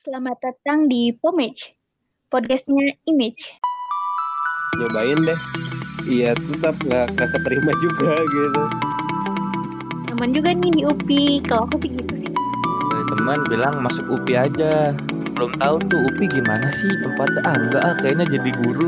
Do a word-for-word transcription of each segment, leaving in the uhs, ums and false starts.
Selamat datang di Pomage, podcastnya Image. Nyobain deh. Iya tetap nggak nggak keterima juga gitu. Nyaman juga nih di U P I, kalau aku sih gitu sih. Dari teman bilang masuk U P I aja. Belum tahu tuh U P I gimana sih tempatnya. Ah enggak ah kayaknya jadi guru.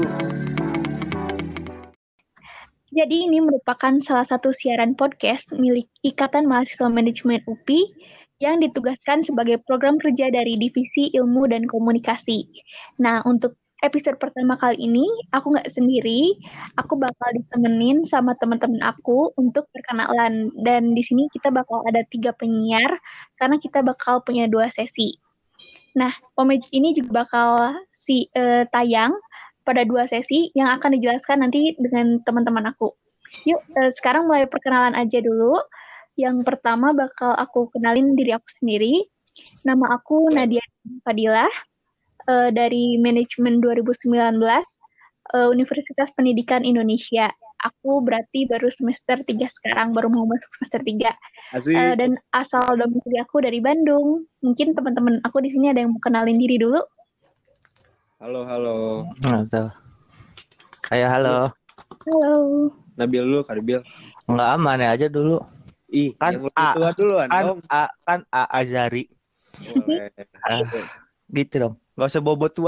Jadi ini merupakan salah satu siaran podcast milik Ikatan Mahasiswa Manajemen U P I yang ditugaskan sebagai program kerja dari Divisi Ilmu dan Komunikasi. Nah, untuk episode pertama kali ini, aku nggak sendiri, aku bakal ditemenin sama teman-teman aku untuk perkenalan. Dan di sini kita bakal ada tiga penyiar, karena kita bakal punya dua sesi. Nah, Pomage ini juga bakal si uh, tayang pada dua sesi yang akan dijelaskan nanti dengan teman-teman aku. Yuk, uh, sekarang mulai perkenalan aja dulu. Yang pertama bakal aku kenalin diri aku sendiri. Nama aku Nadia Fadilah uh, dari Manajemen dua ribu sembilan belas uh, Universitas Pendidikan Indonesia. Aku berarti baru semester tiga sekarang, baru mau masuk semester tiga. Uh, dan asal domisili aku dari Bandung. Mungkin teman-teman aku di sini ada yang mau kenalin diri dulu. Halo, halo. Nggak Kayak halo. Halo. Nabil dulu, Karbil. Enggak aman ya aja dulu. Ih, kan yang lebih tua duluan, kan Om. A, kan A Azari. Ah, gitu dong. Gak usah bobot tua.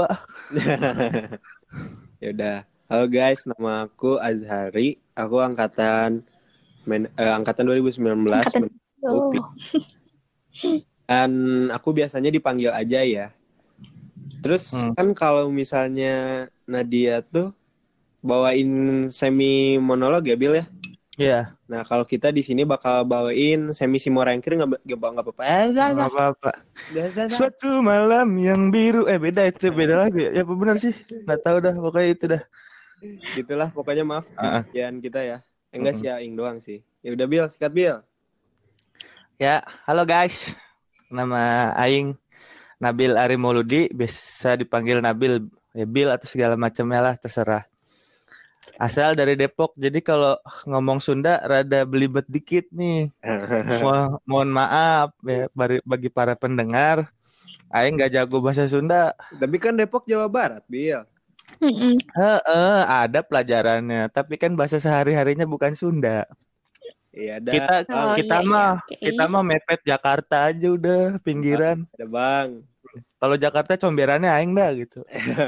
Ya udah. Halo guys, nama aku Azhari. Aku angkatan men, eh, angkatan dua ribu sembilan belas Angkatan- U P I. Dan aku biasanya dipanggil aja ya. Terus Hmm. kan kalau misalnya Nadia tuh bawain semi monolog ya, Bil ya? Iya. Nah, kalau kita di sini bakal bawain semi simorangkir nggak nggak apa-apa. Nggak apa-apa. Suatu malam yang biru. Eh beda itu beda lagi. Ya benar sih. Nggak tahu dah pokoknya itu dah. Gitulah pokoknya, maaf Uh-uh. kegiatan kita ya. Eh, enggak Mm-mm. sih ya, Ing doang sih. Ya udah Bil, sikat Bil. Ya, halo guys. Nama Aing Nabil Arimoludi, biasa dipanggil Nabil, ya Bil atau segala macamnya lah, terserah. Asal dari Depok, jadi kalau ngomong Sunda rada belibet dikit nih. Mo- mohon maaf ya bari- bagi para pendengar. Aing nggak jago bahasa Sunda. Tapi kan Depok Jawa Barat, Bil. Mm-mm. Heeh, ada pelajarannya, tapi kan bahasa sehari-harinya bukan Sunda. Iya ada. Kita Oh, kita iya, mah iya, oke. kita mah mepet Jakarta aja udah pinggiran. Ada Bang. Kalau Jakarta comberannya aing dah gitu.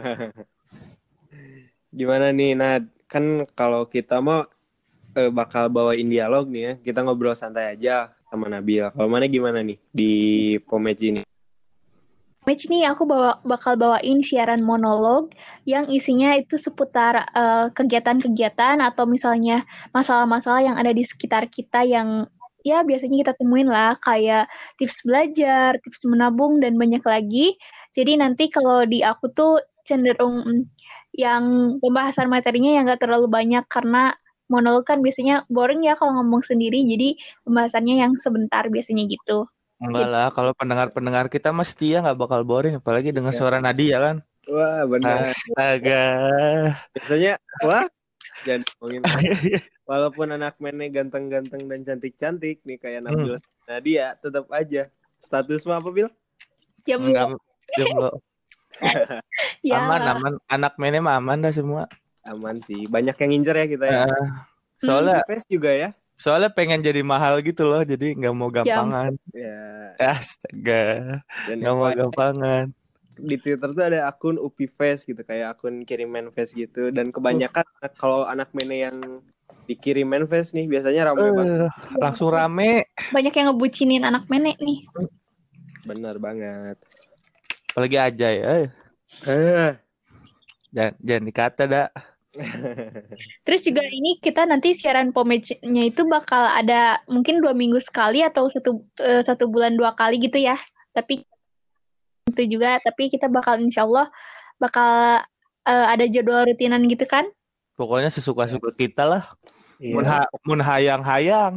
Gimana nih, Nad? Kan kalau kita mau eh, bakal bawain dialog nih ya. Kita ngobrol santai aja sama Nabil. Kalau mana gimana nih di Pomage ini? Match nih aku bawa, bakal bawain siaran monolog yang isinya itu seputar uh, kegiatan-kegiatan atau misalnya masalah-masalah yang ada di sekitar kita yang ya biasanya kita temuin lah, kayak tips belajar, tips menabung, dan banyak lagi. Jadi nanti kalau di aku tuh cenderung mm, yang pembahasan materinya yang gak terlalu banyak, karena monolog kan biasanya boring ya kalau ngomong sendiri, jadi pembahasannya yang sebentar biasanya gitu. Enggak lah, kalau pendengar-pendengar kita mah setia nggak bakal boring, apalagi dengan Ya. suara Nadia kan. Wah, benar. Astaga. Biasanya, wah, jangan ngomongin. Walaupun anak mennya ganteng-ganteng dan cantik-cantik nih kayak Nabil Hmm. Nadia, tetap aja. Status mah apa, Bil? Jam Enggak, jomblo. ya. Aman, aman. Anak mene mah aman dah semua. Aman sih. Banyak yang ngincer ya kita ya. Eh, soalnya, Face juga ya. soalnya pengen jadi mahal gitu loh, jadi nggak mau gampangan. Ya. Astaga, Dan nggak mau F Y I, gampangan. di Twitter tuh ada akun U P I Face gitu, kayak akun kiriman face gitu. Dan kebanyakan uh. kalau anak mene yang dikiriman face nih biasanya rame Uh, banget. langsung rame. Banyak yang ngebucinin anak menek nih. Benar banget. Apalagi aja ya. Eh. Jangan, jangan dikata dah. Terus juga ini kita nanti siaran Pomage-nya itu bakal ada mungkin dua minggu sekali atau satu uh, satu bulan dua kali gitu ya. Tapi itu juga, tapi kita bakal insya Allah bakal uh, ada jadwal rutinan gitu kan? Pokoknya sesuka-suka kita lah. Iya. Mun, ha- mun hayang-hayang.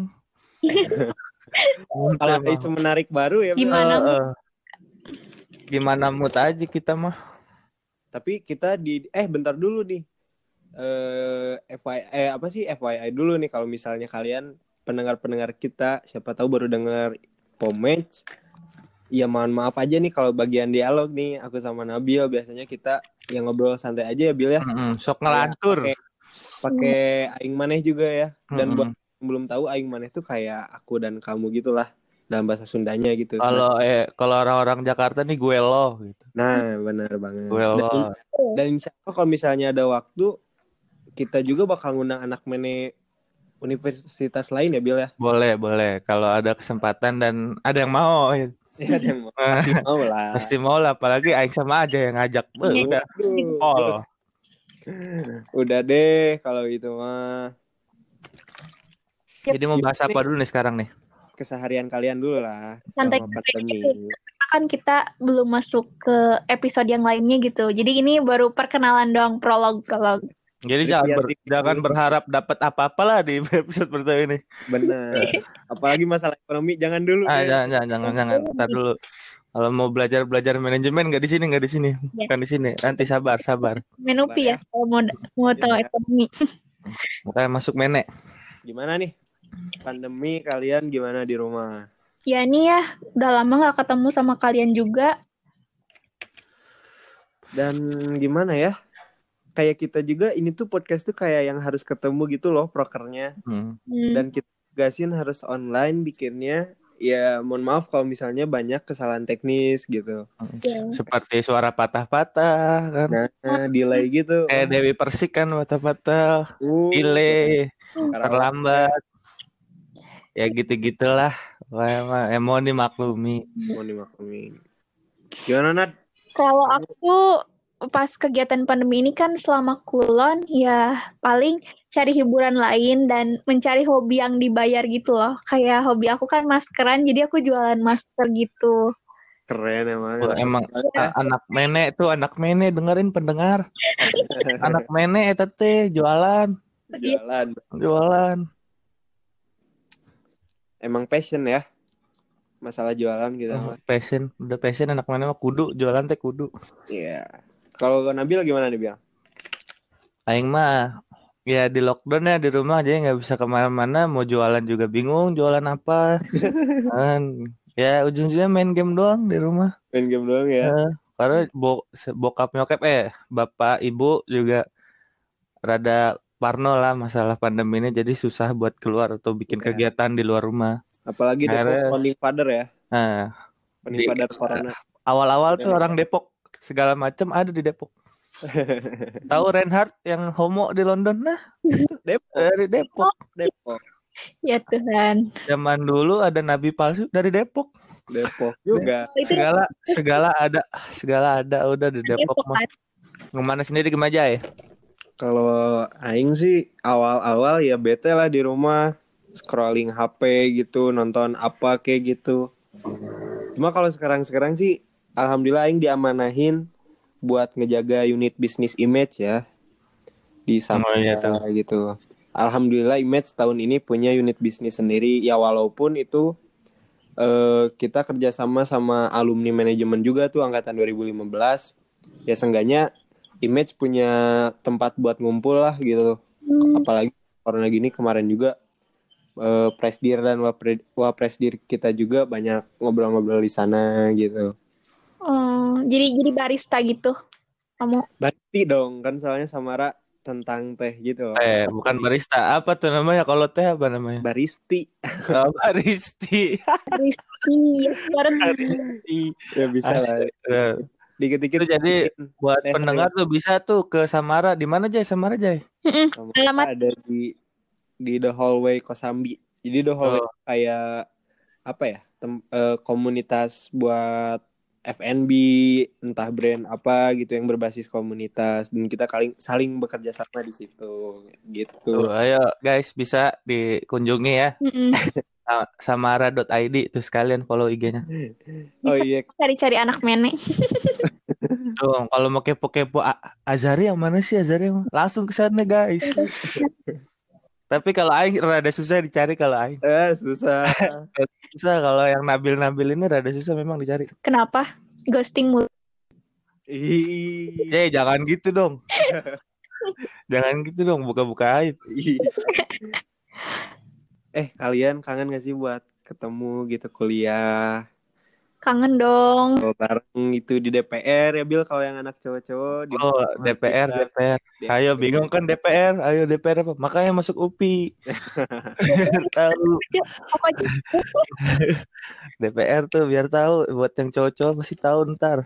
Kalau itu menarik baru ya. Gimana? Uh, uh. Gimana mood aja kita mah. Tapi kita di eh bentar dulu nih. Eh F Y I eh apa sih F Y I dulu nih, kalau misalnya kalian pendengar-pendengar kita siapa tahu baru dengar Pomage ya mohon maaf aja nih kalau bagian dialog nih aku sama Nabil biasanya kita yang ngobrol santai aja ya Bil ya. Mm-mm, sok Kayak ngelantur. pakai pakai aing maneh juga ya. Dan buat Mm-mm. yang belum tahu aing maneh tuh kayak aku dan kamu gitulah dalam bahasa Sundanya gitu. Kalau Nah, eh kalau orang-orang Jakarta nih gue lo gitu. nah benar banget. Gue Dan, lo. dan insya Allah kalau misalnya ada waktu kita juga bakal ngundang anak mene universitas lain ya Bil ya. Boleh, boleh. Kalau ada kesempatan dan ada yang mau. Gitu. Ya ada yang mau. Pasti mau lah. Pasti mau lah, apalagi Aing sama aja yang ngajak. Beuh, Iya. udah Aduh, pol. udah deh kalau gitu mah. Jadi mau bahas apa dulu nih sekarang nih? Keseharian kalian dulu lah Santai selama pandemi. Karena kan kita belum masuk ke episode yang lainnya gitu. Jadi ini baru perkenalan doang, prolog-prolog. Jadi Jadi jangan biar ber- di- jangan berharap dapat apa-apa lah di episode pertama ini. Bener. Apalagi masalah ekonomi jangan dulu Ah, deh. jangan, jangan, jangan, jangan. Ntar dulu. Kalau mau belajar belajar manajemen nggak di sini, nggak di sini, Ya. bukan di sini. Nanti sabar, sabar. Menupi ya, kalau mau mau tahu Ya. ekonomi. Makanya masuk menek. Gimana nih? Pandemi kalian gimana di rumah? Ya nih ya, udah lama nggak ketemu sama kalian juga. Dan gimana ya? Kayak kita juga ini tuh podcast tuh kayak yang harus ketemu gitu loh prokernya. Hmm. Hmm. Dan kita gasin harus online bikinnya. Ya mohon maaf kalau misalnya banyak kesalahan teknis gitu. Ya. Seperti suara patah-patah kan. Nah, delay gitu. Kayak Dewi Persik kan patah-patah, Uh, delay, Karawang. terlambat. Ya gitu-gitulah. Wah, emang ya, mohon dimaklumi. Mau dimaklumi. Gimana Nat? Kalau aku pas kegiatan pandemi ini kan selama kulon ya paling cari hiburan lain dan mencari hobi yang dibayar gitu loh. Kayak hobi aku kan maskeran, jadi aku jualan masker gitu. Keren emang. Wah, emang a- anak mene tuh anak mene dengerin pendengar. Anak mene eta teh jualan, Jualan. jualan. Emang passion ya. Masalah jualan gitu. Oh, passion, udah passion anak mene mah kudu jualan teh kudu. Iya. Kalau Nabil gimana nih Biang? Aing mah ya di lockdown ya di rumah aja nggak bisa kemana-mana, mau jualan juga bingung jualan apa. Kan ya ujung-ujungnya main game doang di rumah. Main game doang ya. Eh, karena bo- bokap nyokap eh bapak ibu juga rada parno lah masalah pandemi ini, jadi susah buat keluar atau bikin Ya. kegiatan di luar rumah. Apalagi Depok Akhirnya- founding father ya. Nah, Founding Di- father corona. awal-awal tuh Ya. orang Depok segala macam ada di Depok. Tahu Reinhardt yang homo di London? Nah, Depok. dari Depok. Depok. Ya Tuhan. Zaman dulu ada nabi palsu dari Depok. Depok juga. Itu Segala segala ada, segala ada udah di Depok Depok mah. kan. Kemana sendiri ke Majai? Kalau aing sih awal-awal ya bete lah di rumah, scrolling H P gitu, nonton apa kayak gitu. Cuma kalau sekarang-sekarang sih alhamdulillah aing diamanahin buat ngejaga unit bisnis image ya di Oh, iya tuh. Samara gitu. Alhamdulillah image tahun ini punya unit bisnis sendiri ya, walaupun itu eh, kita kerjasama sama alumni manajemen juga tuh angkatan dua ribu lima belas. Ya seenggaknya image punya tempat buat ngumpul lah gitu. Hmm. Apalagi corona gini kemarin juga eh, presdir dan wapre, wapresdir kita juga banyak ngobrol-ngobrol di sana gitu. Oh, jadi jadi barista gitu. Kamu Berarti dong kan soalnya Samara tentang teh gitu. Teh, bukan barista. Apa tuh namanya? Kalau teh apa namanya? Baristi. Oh, baristi. baristi. Baru Ya bisa lah. Eh, Dikit-dikit Itu jadi buat Tes pendengar tuh bisa tuh ke Samara. Di mana Jay? Samara Jay? Samara alamat. ada di di The Hallway Kosambi. Jadi The Hallway Oh. kayak apa ya? Tem- eh, komunitas buat F and B, entah brand apa gitu yang berbasis komunitas, dan kita saling saling bekerja sama di situ gitu. Tuh, ayo guys bisa dikunjungi ya. Mm-mm. Sa- samara dot i d tuh sekalian follow I G-nya. Oh Bisa iya, cari-cari anak menek. Tuh, kalau mau kepo-kepo A- Azari yang mana sih Azari? Yang- Langsung ke sana guys. Tapi kalau aing rada susah dicari kalau aing. eh susah. Susah kalau yang Nabil-Nabil ini rada susah memang dicari. Kenapa? Ghosting mulu. Ih. Jay, jangan gitu dong. Jangan gitu dong, buka-buka aib. Eh kalian kangen gak sih buat ketemu gitu kuliah? Kangen dong. Oh, bareng itu di D P R ya Bil, kalau yang anak cowok-cowok di Oh, D P R, D P R. di Ayo S P. bingung kan D P R? Ayo D P R apa? Makanya masuk U P I. Tahu Cuk, apa aja? D P R tuh biar tahu buat yang cowok-cowok pasti tahu ntar.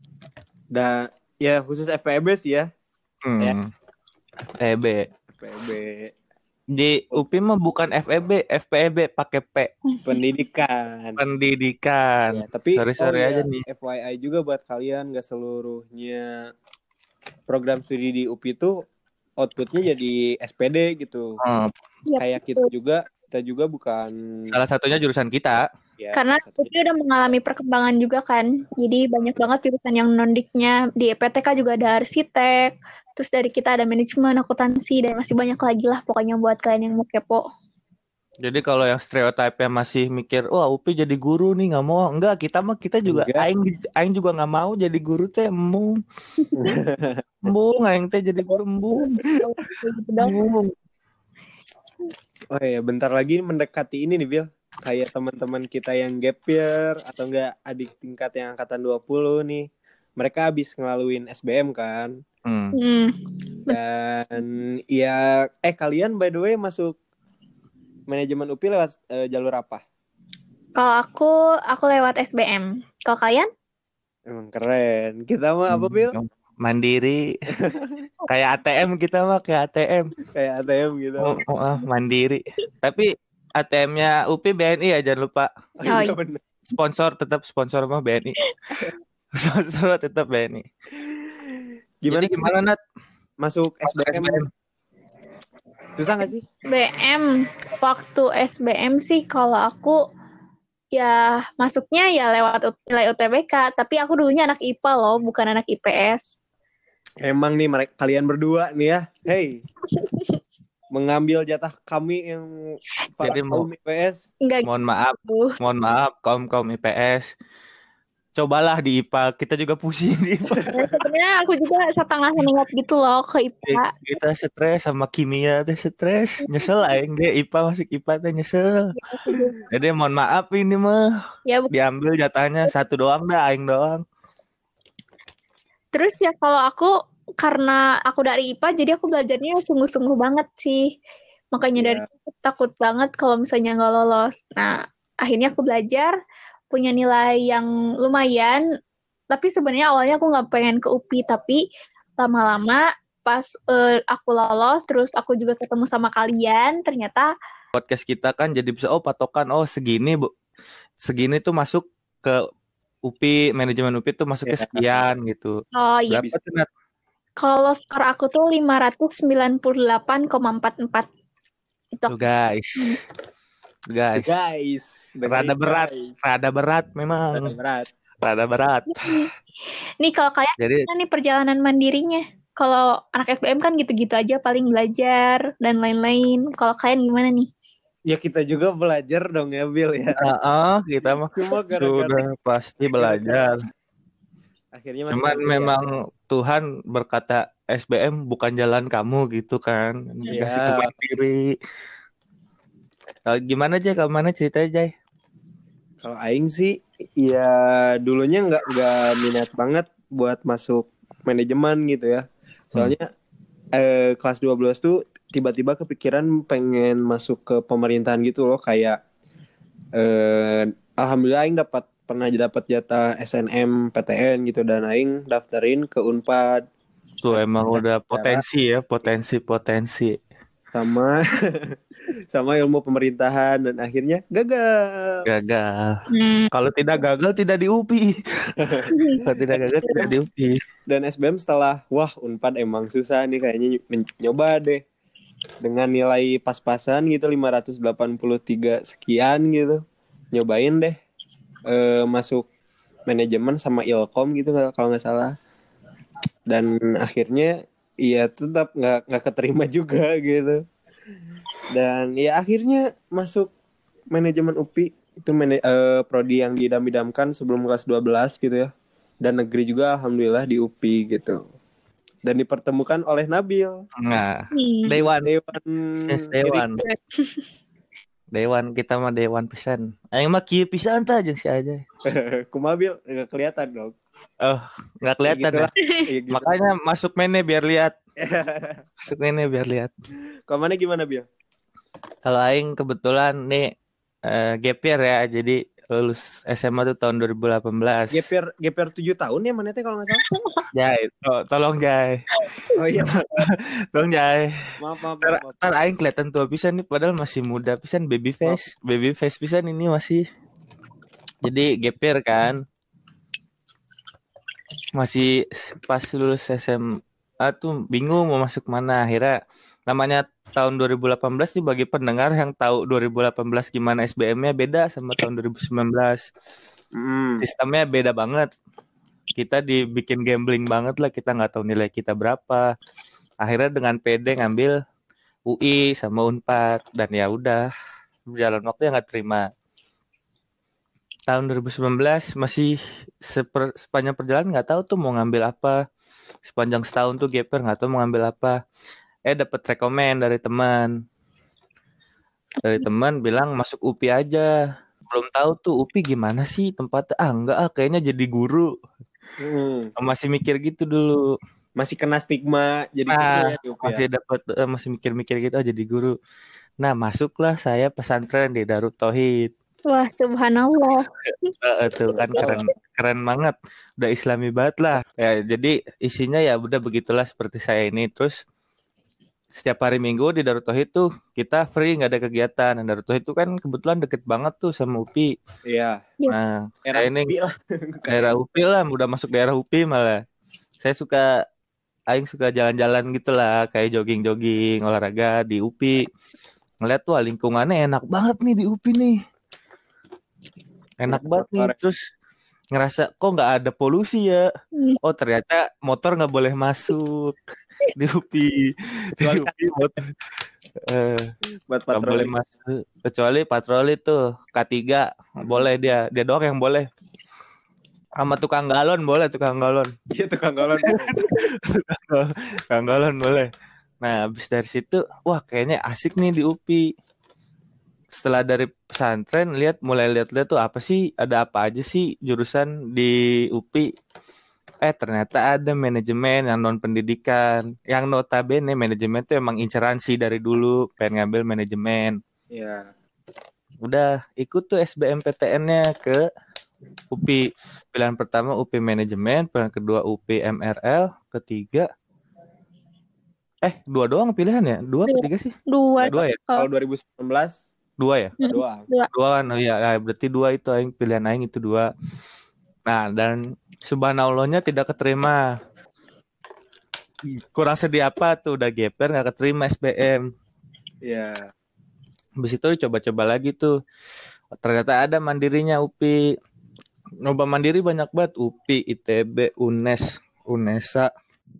Dan ya khusus F P B sih ya. Ya. Hmm. F E B. F P B Di U P I mah bukan F E B, F P E B pakai P. pendidikan. Pendidikan. Ya, tapi Sorry-sorry oh, aja ya, nih. F Y I juga buat kalian, gak seluruhnya program studi di U P I itu outputnya jadi S P D gitu. Oh, Yap, Kayak kita juga, kita juga bukan salah satunya jurusan kita. ya, Karena salah satunya. U P I udah mengalami perkembangan juga kan. Jadi banyak banget jurusan yang non-diknya. Di E P T K juga ada arsitek. Terus dari kita ada manajemen, akuntansi, dan masih banyak lagi lah pokoknya buat kalian yang mau kepo. Jadi kalau yang stereotipnya masih mikir, wah U P I jadi guru nih nggak mau, enggak kita mah kita juga, Enggak. aing aing juga nggak mau jadi guru teh, embung, embung, aing teh jadi guru embung, Gitu dong. embung. Oh ya, bentar lagi mendekati ini nih Bil. Kayak teman-teman kita yang gap year atau enggak adik tingkat yang angkatan dua puluh nih. Mereka habis ngelaluin S B M kan. Hmm. Hmm. Dan ya eh kalian by the way masuk manajemen U P I lewat eh, jalur apa? Kalau aku, aku lewat S B M. Kalau kalian? Emang keren. Kita mah apa Bil? Mandiri. Kayak A T M kita mah kayak A T M. Kayak A T M gitu. Oh, oh, ah, mandiri. Tapi A T M-nya U P I B N I ya, jangan lupa. Oh, iya iya. bener. Sponsor tetap sponsor mah B N I. Sponsor tetap B N I. Gimana Jadi gimana Nat? masuk S B M? S B M? Susah gak sih? B M. Waktu S B M sih kalau aku ya masuknya ya lewat U- nilai U T B K. Tapi aku dulunya anak I P A loh, bukan anak I P S. Emang nih mereka kalian berdua nih ya. Hey. Mengambil jatah kami yang para Jadi mau- kaum I P S. Enggak Mohon maaf, gitu. mohon maaf kaum-kaum I P S. Cobalah di I P A, kita juga pusing di I P A. Ya, sebenarnya aku juga setengah minat gitu loh ke I P A. Kita stres sama kimia teh stres, nyesel aing ge I P A masuk I P A teh nyesel. Jadi mohon maaf ini mah Ya, bu- diambil jatahnya satu doang dah aing doang. terus ya kalau aku karena aku dari I P A jadi aku belajarnya sungguh-sungguh banget sih. Makanya Iya. dari itu takut banget kalau misalnya nggak lolos. Nah, akhirnya aku belajar punya nilai yang lumayan. Tapi sebenarnya awalnya aku nggak pengen ke U P I, tapi lama-lama pas eh, aku lolos, terus aku juga ketemu sama kalian, ternyata Podcast kita kan jadi bisa oh patokan oh segini Bu. Segini tuh masuk ke U P I, manajemen U P I tuh masuknya Ya. sekian gitu. oh iya, Berapa tuh Nat? kalau skor aku tuh lima ratus sembilan puluh delapan koma empat empat. Itu Tuh guys. Guys, Guys, rada dengerin, berat, guys. rada berat Rada memang, berat. rada berat. nih kalau kalian Jadi gimana nih perjalanan mandirinya? Kalau anak S B M kan gitu-gitu aja paling belajar dan lain-lain. Kalau kalian gimana nih? Ya kita juga belajar dong ya Bill ya. uh, kita mah Cuma gara-gara sudah pasti belajar. akhirnya masuk Cuman kuliah. memang Tuhan berkata S B M bukan jalan kamu gitu kan. Dikasih Iya. ke mandiri. Nah, gimana aja, ke mana ceritanya Jay? Kalau aing sih ya dulunya nggak nggak minat banget buat masuk manajemen gitu ya. Soalnya eh, kelas dua belas tuh tiba-tiba kepikiran pengen masuk ke pemerintahan gitu loh, kayak eh, alhamdulillah aing dapat pernah dapat jatah S N M P T N gitu, dan aing daftarin ke Unpad Tuh emang udah potensi ya, potensi-potensi. sama sama ilmu pemerintahan, dan akhirnya gagal. Gagal. Hmm. Kalau tidak gagal tidak di U P I. Kalau tidak gagal tidak di U P I. Dan S B M setelah wah Unpad emang susah nih kayaknya, ny- nyoba deh dengan nilai pas-pasan gitu lima ratus delapan puluh tiga sekian gitu, nyobain deh eh, masuk manajemen sama Ilkom gitu kalau nggak salah, dan akhirnya iya tetap nggak nggak keterima juga gitu, dan ya akhirnya masuk manajemen U P I itu mana, eh, prodi yang didam-idamkan sebelum kelas dua belas gitu ya, dan negeri juga alhamdulillah di U P I gitu, dan dipertemukan oleh Nabil Nah, Hmm. Day One. Dewan Yes, Day One. Dewan kita mah dewan pisan. Aing mah kieu pisan tah jeung si aja. Kumaha Bil? Nggak kelihatan dong. Oh, enggak kelihatan gitu ya. lah. Iya, gitu. Makanya masuk mene biar lihat. Masuk mene biar lihat. Kalau mana gimana Bil? Kalau aing kebetulan nih eh, gap year ya. Jadi lulus S M A tuh tahun dua ribu delapan belas. Gap year, gap year tujuh tahun ya mana teh kalau nggak salah. Jai, to- tolong Jai. Oh iya. Tolong Jai. Maaf, maaf, Ntar, maaf. ntar aing kelihatan tua pisan nih padahal masih muda pisan baby face. Baby face pisan ini masih. Jadi gap year kan. Masih pas lulus S M A tuh bingung mau masuk mana. Akhirnya namanya tahun dua ribu delapan belas nih bagi pendengar yang tahu dua ribu delapan belas gimana S B M-nya beda sama tahun dua ribu sembilan belas. Hmm. Sistemnya beda banget. Kita dibikin gambling banget lah, kita nggak tahu nilai kita berapa. Akhirnya dengan pede ngambil U I sama Unpad dan ya udah berjalan waktu yang nggak terima. Tahun dua ribu sembilan belas masih seper, sepanjang perjalanan nggak tahu tuh mau ngambil apa. Sepanjang setahun tuh gap year nggak tahu mau ngambil apa. Eh dapat rekomen dari teman. Dari teman bilang masuk U P I aja. Belum tahu tuh U P I gimana sih tempatnya. Ah enggak ah kayaknya jadi guru. Hmm. Masih mikir gitu dulu. Masih kena stigma jadi Nah, guru ya di U P I. masih dapat uh, masih mikir-mikir gitu ah jadi guru. Nah, masuklah saya pesantren di Darut Tauhid. Wah, subhanallah. Uh, itu kan keren keren banget. Udah Islami banget lah. Ya, jadi isinya ya udah begitulah seperti saya ini. Terus setiap hari Minggu di Darut Tauhid tuh kita free nggak ada kegiatan. Dan Darut Tauhid tuh kan kebetulan deket banget tuh sama U P I. Iya. Nah, Era saya ini U P I lah. daerah U P I lah, udah masuk daerah U P I malah. Saya suka Aing suka jalan-jalan gitu lah, kayak jogging-jogging, olahraga di U P I. Ngeliat tuh lingkungannya enak banget nih di U P I nih. Enak banget nih, terus ngerasa kok nggak ada polusi ya. Oh ternyata motor nggak boleh masuk di U P I. Di U P I motor eh, Buat nggak boleh patroli. masuk. Kecuali patroli tuh K tiga boleh dia, dia doang yang boleh. Sama tukang galon boleh, tukang galon. Iya tukang galon. Tukang galon boleh. Nah, habis dari situ, wah kayaknya asik nih di U P I. Setelah dari pesantren, lihat mulai lihat-lihat tuh apa sih, ada apa aja sih jurusan di U P I. Eh, ternyata ada manajemen yang non pendidikan. Yang notabene manajemen tuh emang inceran sih dari dulu, pengen ngambil manajemen. Iya. Udah ikut tuh S B M P T N-nya ke U P I. Pilihan pertama U P I manajemen, pilihan kedua U P I M R L, ketiga eh dua doang pilihan ya? Dua atau tiga sih? Dua. Dua ya? Kalau dua ribu sembilan belas Dua ya? dua. Dua. Dua kan? Oh iya, nah, berarti dua itu aing pilihan aing itu dua. Nah, dan subhanallahnya tidak keterima. Kurang sedih apa tuh udah geper nggak keterima S B M. Iya. Habis itu coba-coba lagi tuh. Ternyata ada mandirinya U P I. Nyoba mandiri banyak banget, U P I, I T B, U N E S, UNESA.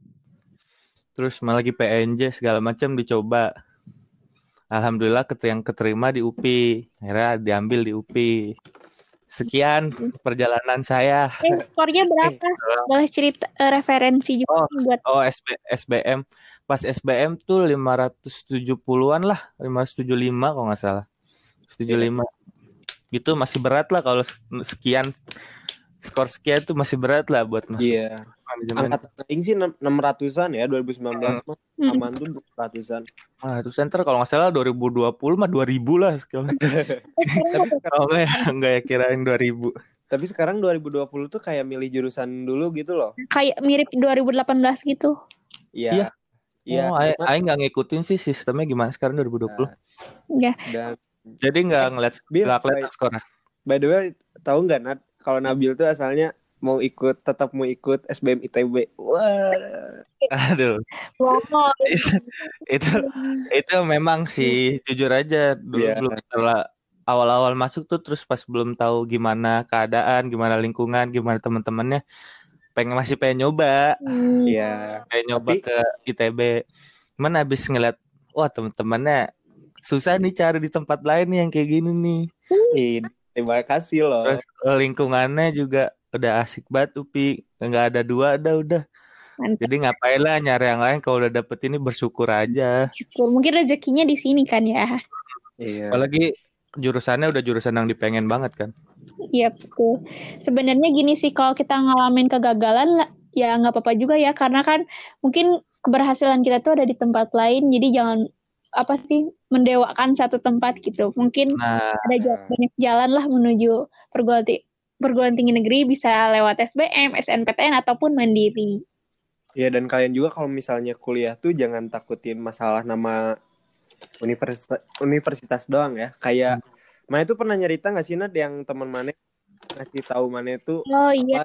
Terus malah lagi P N J segala macam dicoba. Alhamdulillah yang keterima di U P I. Akhirnya diambil di U P I. Sekian perjalanan saya. Eh, skornya berapa? Boleh cerita eh, referensi juga Oh, buat oh S B, S B M. Pas S B M tuh lima ratus tujuh puluhan lah, lima ratus tujuh puluh lima kalau nggak salah. tujuh puluh lima. Gitu masih berat lah kalau sekian skor sekian tuh masih berat lah buat masuk. Iya. Manajemen. Angkat aing sih enam ratusan ya dua ribu sembilan belas mah. Aman tuh dua ratusan. Ah, itu center kalau nggak salah dua ribu dua puluh mah dua ribu lah sekarang. Tapi Kalau nggak ya nggak ya kirain dua ribu. Tapi sekarang dua ribu dua puluh tuh kayak milih jurusan dulu gitu loh. kayak mirip dua ribu delapan belas gitu. Iya. Iya. Iya. Oh, Aing Aing nggak ngikutin sih sistemnya gimana sekarang dua ribu dua puluh. Ya. Dan Jadi nggak ngeliat Bil, nggak kelihatan by- skornya. by the way, tahu nggak Nat? Kalau Nabil tuh asalnya mau ikut, tetap mau ikut S B M I T B. Wah. Aduh. Wow. itu itu itu memang sih jujur aja dulu Iya. belum setelah awal-awal masuk tuh terus pas belum tahu gimana keadaan, gimana lingkungan, gimana teman-temannya, pengen masih pengen nyoba, Hmm. Iya. pengen nyoba Tapi- ke I T B. Cuman habis ngeliat wah teman-temannya susah nih cari di tempat lain nih yang kayak gini nih. Ih, terima kasih loh. Terus lingkungannya juga udah asik banget Upi, nggak ada dua ada udah. Mantap. Jadi ngapain lah nyari yang lain kalau udah dapet ini bersyukur aja. Syukur. Mungkin rezekinya di sini kan ya. Iya. Apalagi jurusannya udah jurusan yang dipengen banget kan. Iya betul. Sebenarnya gini sih, kalau kita ngalamin kegagalan lah, ya nggak apa-apa juga ya, karena kan mungkin keberhasilan kita tuh ada di tempat lain, jadi jangan apa sih mendewakan satu tempat gitu. Mungkin Nah, ada ja- banyak jalan lah menuju perguruan ti- perguruan tinggi negeri, bisa lewat S B M, S N P T N ataupun mandiri. Ya, dan kalian juga kalau misalnya kuliah tuh jangan takutin masalah nama universitas universitas doang ya. Kayak Mana tuh pernah nyerita nggak sih Nat yang teman Mana ngasih tahu Mana itu Oh iya, apa?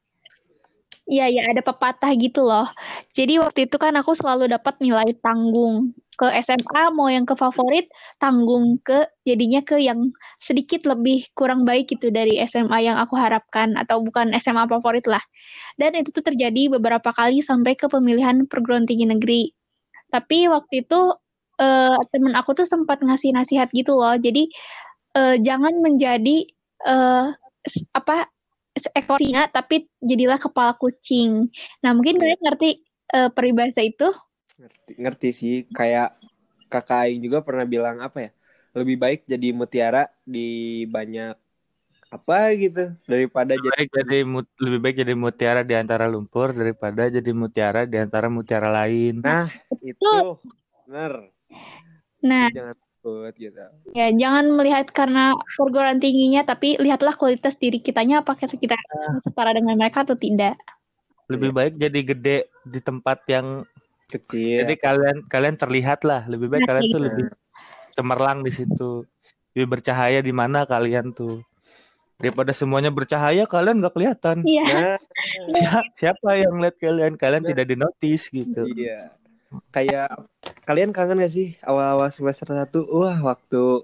iya ya ada pepatah gitu loh. Jadi waktu itu kan aku selalu dapat nilai tanggung ke S M A, mau yang ke favorit tanggung ke jadinya ke yang sedikit lebih kurang baik gitu dari S M A yang aku harapkan, atau bukan S M A favorit lah. Dan itu tuh terjadi beberapa kali sampai ke pemilihan perguruan tinggi negeri. Tapi waktu itu eh, temen aku tuh sempat ngasih nasihat gitu loh. Jadi eh, jangan menjadi eh, s- apa seekor singa, tapi jadilah kepala kucing. Nah, mungkin Iya. kalian ngerti eh, peribahasa itu? Ngerti, ngerti sih. Kayak kakak Aing juga pernah bilang apa ya? Lebih baik jadi mutiara di banyak apa gitu daripada lebih jadi baik jadi mut- lebih baik jadi mutiara di antara lumpur daripada jadi mutiara di antara mutiara lain. nah itu Tuh. bener. Nah, Jadi jangan takut gitu. ya jangan melihat karena perguruan tingginya, tapi lihatlah kualitas diri kitanya, apakah kita setara dengan mereka atau tidak. Lebih baik jadi gede di tempat yang Kecil. jadi kalian kalian terlihat lah. Lebih baik Nah, kalian kayak tuh gitu. lebih cemerlang di situ. Lebih bercahaya di mana kalian tuh. Daripada semuanya bercahaya kalian nggak kelihatan. Iya. Nah, Siapa, siapa yang lihat kalian? Kalian Nah. tidak dinotis gitu. iya. Kayak kalian kangen gak sih awal-awal semester satu? Wah, waktu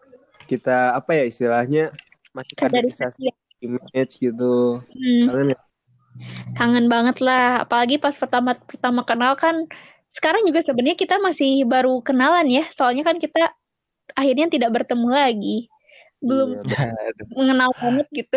kita apa ya istilahnya masih kaderisasi Kaderisasi ya. image gitu. Hmm, Kangen ya? kangen banget lah. Apalagi pas pertama pertama kenal kan. Sekarang juga sebenarnya kita masih baru kenalan ya. Soalnya kan kita akhirnya tidak bertemu lagi. Belum Iya, betul. mengenal banget gitu.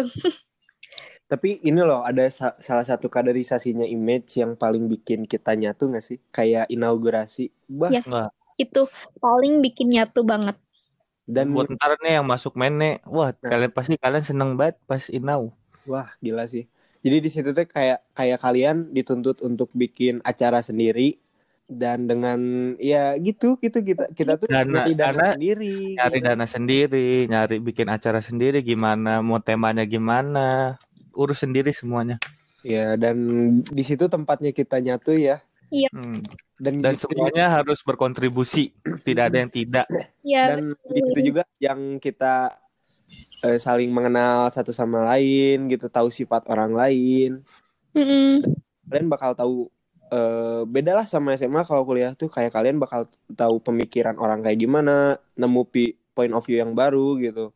Tapi ini loh ada sa- salah satu kaderisasinya image yang paling bikin kita nyatu gak sih? Kayak inaugurasi. Bah, Ya, Wah, itu paling bikin nyatu banget. dan buat ntar nih yang masuk mene, wah Nah. kalian pasti kalian seneng banget pas inau. wah, gila sih. Jadi di situ tuh kayak kayak kalian dituntut untuk bikin acara sendiri dan dengan ya gitu gitu kita kita tuh Dana, nyari dana karena sendiri nyari gitu. dana sendiri, nyari bikin acara sendiri gimana, mau temanya gimana, urus sendiri semuanya. Ya, dan di situ tempatnya kita nyatu ya. Iya. Hmm. Dan, Dan di situ semuanya harus berkontribusi, tidak ada yang tidak. Ya, dan di situ juga yang kita eh, saling mengenal satu sama lain gitu, tahu sifat orang lain. mm-mm. Kalian bakal tahu eh, beda lah sama S M A. Kalau kuliah tuh kayak kalian bakal tahu pemikiran orang kayak gimana, nemu pi- point of view yang baru gitu.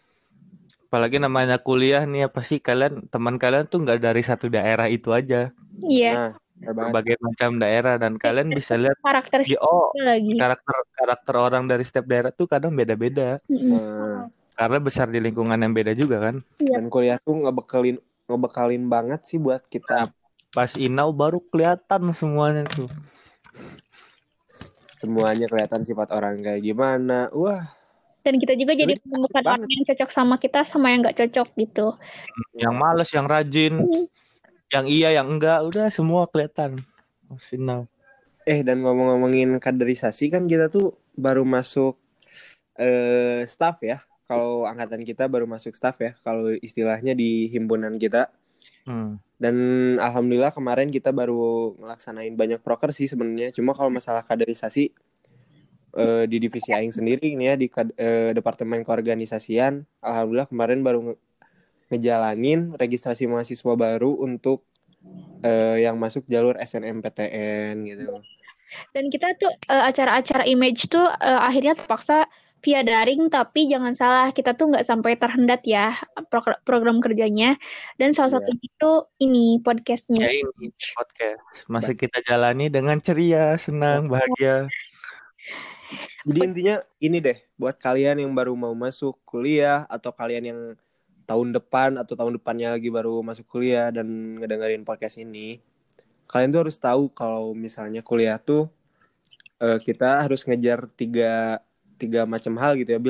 Apalagi namanya kuliah nih apa sih kalian teman kalian tuh nggak dari satu daerah itu aja, Iya. Nah, benar banget. berbagai macam daerah dan kalian bisa lihat Karakter di oh lagi. karakter karakter orang dari setiap daerah tuh kadang beda-beda Mm-mm. Nah, karena besar di lingkungan yang beda juga kan. Iya. dan kuliah tuh ngebekelin ngebekalin banget sih buat kita. Pas inau baru kelihatan semuanya tuh. Semuanya kelihatan sifat orang kayak gimana. Wah, Dan kita juga jadi Lebih menemukan banget. orang yang cocok sama kita sama yang nggak cocok gitu. Yang males, yang rajin, yang iya, yang enggak, udah semua kelihatan. Pas inau. eh dan ngomong-ngomongin kaderisasi kan kita tuh baru masuk eh staff ya. Kalau angkatan kita baru masuk staff ya. Kalau istilahnya di himpunan kita. Hmm. Dan alhamdulillah kemarin kita baru ngelaksanain banyak proker sih sebenarnya. Cuma kalau masalah kaderisasi eh, di divisi Aing sendiri ini ya di kad- eh, departemen keorganisasian, alhamdulillah kemarin baru nge- ngejalanin registrasi mahasiswa baru untuk eh, yang masuk jalur S N M P T N gitu. Dan kita tuh eh, acara-acara image tuh eh, akhirnya terpaksa via daring, tapi jangan salah, kita tuh nggak sampai terhendat ya pro- program kerjanya. Dan salah Iya. satu itu ini podcastnya. Ya ini podcast masih kita jalani dengan ceria, senang, bahagia. Jadi intinya ini deh, buat kalian yang baru mau masuk kuliah atau kalian yang tahun depan atau tahun depannya lagi baru masuk kuliah dan ngedengerin podcast ini, kalian tuh harus tahu kalau misalnya kuliah tuh eh, kita harus ngejar tiga tiga macam hal gitu ya, Bil.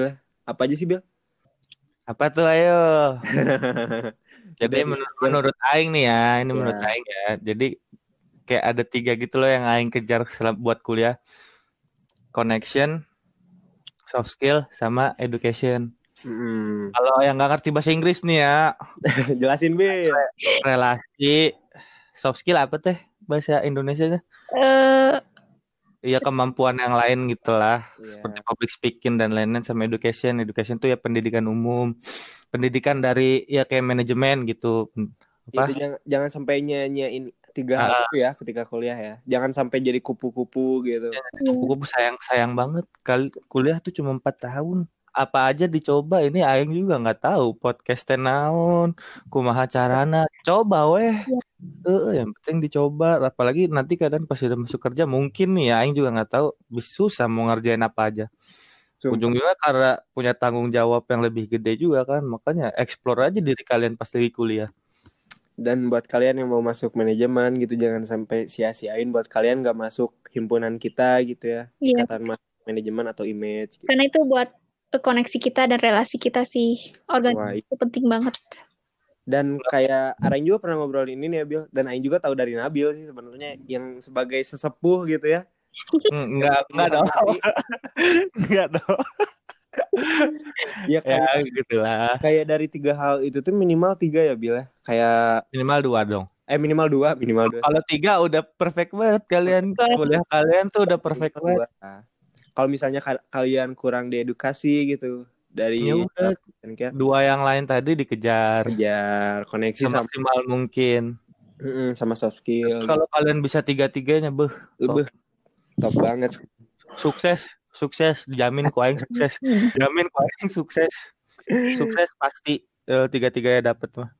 Apa aja sih, Bil? Apa tuh ayo? Jadi Dari menurut, yang menurut Aing nih ya, ini menurut ya. Aing ya. Jadi kayak ada tiga gitu loh yang Aing kejar selam- buat kuliah. Connection, soft skill, sama education. Mm-mm. Kalau yang nggak ngerti bahasa Inggris nih ya, Jelasin, Bil. relasi, soft skill apa teh bahasa Indonesianya? Eh, Iya kemampuan yang lain gitulah, seperti Iya. public speaking dan lain-lain sama education. Education tuh ya pendidikan umum, pendidikan dari ya kayak manajemen gitu. Itu Apa? jangan jangan sampai nyanyiin tiga hal Ah, itu ya ketika kuliah ya. Jangan sampai jadi kupu-kupu gitu. iya. Kupu-kupu sayang sayang banget. Kali kuliah tuh cuma empat tahun. Apa aja dicoba ini Aing juga nggak tahu podcast teh naon, kumaha carana. Coba weh. Iya. Eh, yang penting dicoba. Apalagi nanti kadang pas udah masuk kerja mungkin nih ya Aing juga nggak tahu. Bis- Susah mau ngerjain apa aja. Sumpah. Ujung-ujungnya karena punya tanggung jawab yang lebih gede juga kan. Makanya explore aja diri kalian pas lagi kuliah. Dan buat kalian yang mau masuk manajemen gitu jangan sampai sia-siain buat kalian nggak masuk himpunan kita gitu ya. Iya. Ikatan Mas- Manajemen atau Image gitu. Karena itu buat eh, koneksi kita dan relasi kita sih. Wah, Organisasi itu penting banget. dan kayak Arain juga pernah ngobrol ini nih ya Bil. Dan Aing juga tahu dari Nabil sih sebenarnya yang sebagai sesepuh gitu ya. Hmm, Enggak, enggak dong. Menghormati. Enggak dong. Ya Ya kayak gitulah. kayak dari tiga hal itu tuh minimal tiga ya Bil ya. Kayak Minimal dua dong. eh minimal dua, minimal dua. Kalau tiga udah perfect banget kalian. Perfect. Kuliah kalian tuh udah perfect Minimal banget. dua. Nah, kalau misalnya ka- kalian kurang di edukasi gitu Ya dari udah, skincare, dua yang lain tadi dikejar kejar koneksi sama semaksimal mungkin. mm, sama soft skill Kalau kalian bisa tiga-tiganya, beh, lebih top banget. sukses, sukses, dijamin ku aing sukses. Hmm. Jamin ku aing sukses. Sukses pasti eh, tiga-tiganya dapet mah.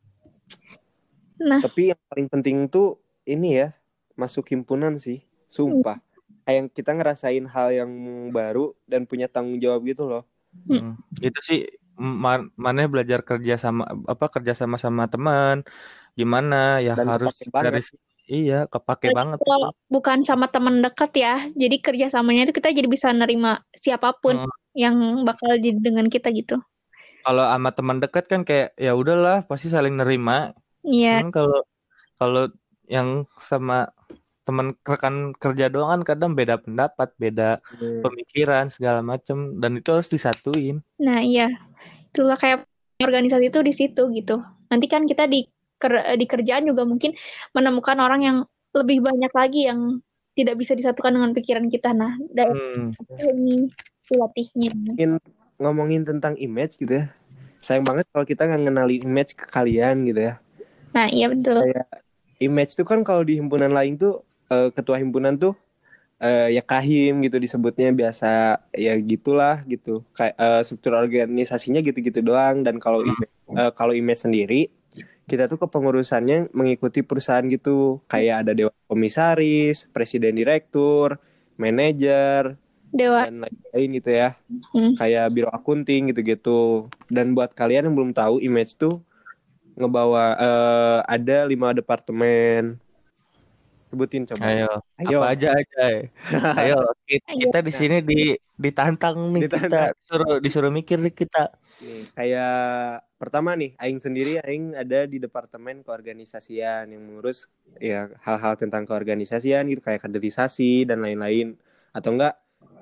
Nah, Tapi yang paling penting tuh ini ya, masuk himpunan sih, sumpah. Kayak kita ngerasain hal yang baru dan punya tanggung jawab gitu loh. Hmm. Itu sih ma- mana belajar kerja sama apa kerja sama sama teman gimana ya Dan harus kepake banget. dari iya kepake banget itu. kalau bukan sama teman dekat ya, jadi kerjasamanya itu kita jadi bisa nerima siapapun Hmm. yang bakal jadi dengan kita gitu. Kalau sama teman dekat kan kayak ya udahlah pasti saling nerima. Iya, Cuman kalau kalau yang sama teman rekan kerja doang kan kadang beda pendapat, beda Hmm. pemikiran segala macem dan itu harus disatuin. nah iya, itulah kayak organisasi itu di situ gitu. Nanti kan kita di ker- di kerjaan juga mungkin menemukan orang yang lebih banyak lagi yang tidak bisa disatukan dengan pikiran kita. Nah, dari Hmm. ini dilatihnya. In- ngomongin tentang image gitu ya. Sayang banget kalau kita nggak ngenalin image ke kalian gitu ya. Nah, iya betul. Kayak image tuh kan kalau di himpunan lain tuh eh, ketua himpunan tuh eh, ya kahim gitu disebutnya biasa ya gitulah gitu. Kayak eh, struktur organisasinya gitu-gitu doang dan kalau image, eh, kalau image sendiri kita tuh kepengurusannya mengikuti perusahaan gitu. Kayak ada dewan komisaris, presiden direktur, manajer Dewa. dan lain-lain gitu ya. Hmm. Kayak biro akunting gitu-gitu. Dan buat kalian yang belum tahu, image tuh ngebawa eh, ada lima departemen. Sebutin coba. Ayo, Ayo. apa aja aja. Ayo, kita, Ayo. kita di sini di ditantang nih Ditantang. kita disuruh disuruh mikir nih kita. Nih, kayak pertama nih, Aing sendiri, Aing ada di departemen keorganisasian yang mengurus ya hal-hal tentang keorganisasian gitu kayak kaderisasi dan lain-lain. Atau enggak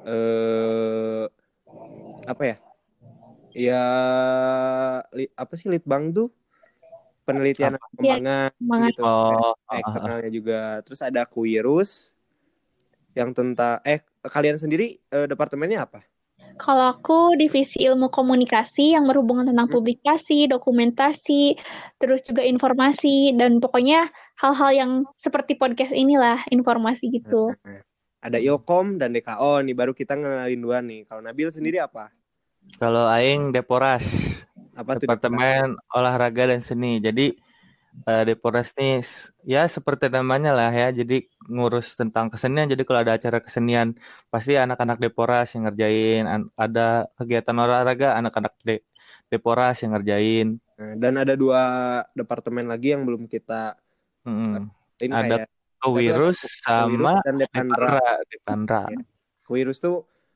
eh apa ya? Ya li- apa sih litbang tuh? Penelitian dan pengembangan Semangat. gitu. Oh, Eksternalnya juga. Terus ada kuirus yang tentang eh kalian sendiri eh, departemennya apa? Kalau aku divisi ilmu komunikasi yang berhubungan tentang Hmm. publikasi, dokumentasi, terus juga informasi, dan pokoknya hal-hal yang seperti podcast inilah, informasi gitu. Ada Ilkom dan D K O nih baru kita ngenalin dua nih. Kalau Nabil sendiri apa? kalau aing Deporas, Apa tuh? Departemen Olahraga dan Seni. Jadi eh, Deporas nih s- ya seperti namanya lah ya. Jadi ngurus tentang kesenian. Jadi kalau ada acara kesenian pasti anak-anak Deporas yang ngerjain. An- ada kegiatan olahraga anak-anak De- Deporas yang ngerjain. Nah, dan ada dua departemen lagi yang belum kita Mm-mm. ini Ada kayak Kewirus Kewirus sama dan Depandra. Depandra. Depandra. Ya. Kewirus tuh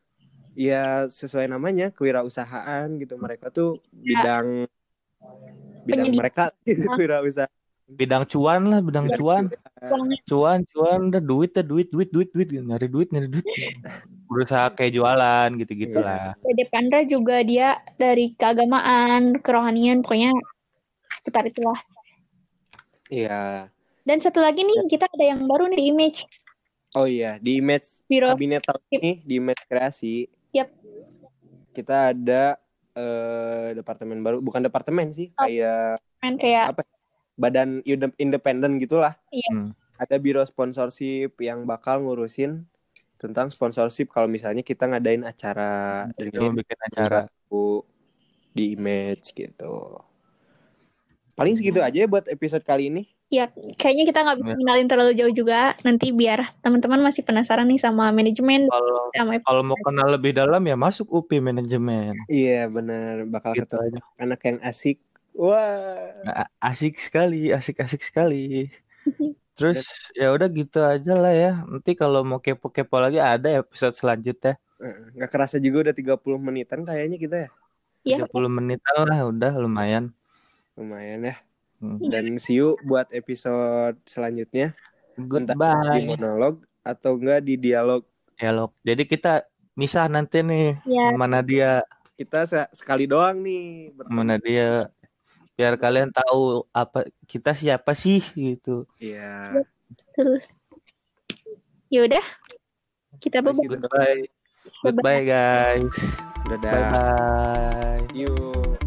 ya sesuai namanya kewirausahaan gitu. Mereka tuh bidang bidang Penyedia. mereka gitu, kewirausahaan. Bidang cuan lah, bidang Bidang cuan. Uang. Cuan, cuan, dah duit, dah duit, duit, duit, duit, nyari duit, nyari duit. Berusaha kayak jualan gitu-gitulah. Dede Pandra juga dia dari keagamaan, kerohanian, pokoknya seputar itulah. Iya. Dan satu lagi nih, kita ada yang baru nih di Image. Oh iya, di Image Biro. kabinet tahun ini, di Image kreasi. Yap. Kita ada eh, departemen baru, bukan departemen sih, kayak Main kayak apa? Badan inde- independen gitulah. iya. Hmm. Ada biro sponsorship yang bakal ngurusin tentang sponsorship kalau misalnya kita ngadain acara dan Itu mau bikin acara. di Image gitu. Paling segitu aja ya buat episode kali ini. Ya, kayaknya kita nggak bisa Ya. kenalin terlalu jauh juga. Nanti biar teman-teman masih penasaran nih sama manajemen. Kalau Sama kalau mau kenal lebih dalam ya masuk U P manajemen. Iya benar, bakal Gitu ketemu aja. anak yang asik. Wah. Nah, asik sekali, asik-asik sekali. Terus ya udah gitu aja lah ya. Nanti kalau mau kepo-kepo lagi ada episode selanjutnya. Eh, Nggak kerasa juga udah tiga puluh menitan kayaknya kita ya. ya, tiga puluh menitan lah udah lumayan. Lumayan ya. Hmm. Dan see you buat episode selanjutnya. Entah di Goodbye. monolog atau enggak di dialog. Dialog. Jadi kita misah nanti nih Ya. sama Nadia. Kita se- sekali doang nih bertemu. Sama Nadia. Biar kalian tahu apa kita siapa sih gitu. Iya. terus. Yaudah, kita Terus bubuk. gitu doang. Goodbye. Goodbye guys. Dadah. Bye bye. Yuk.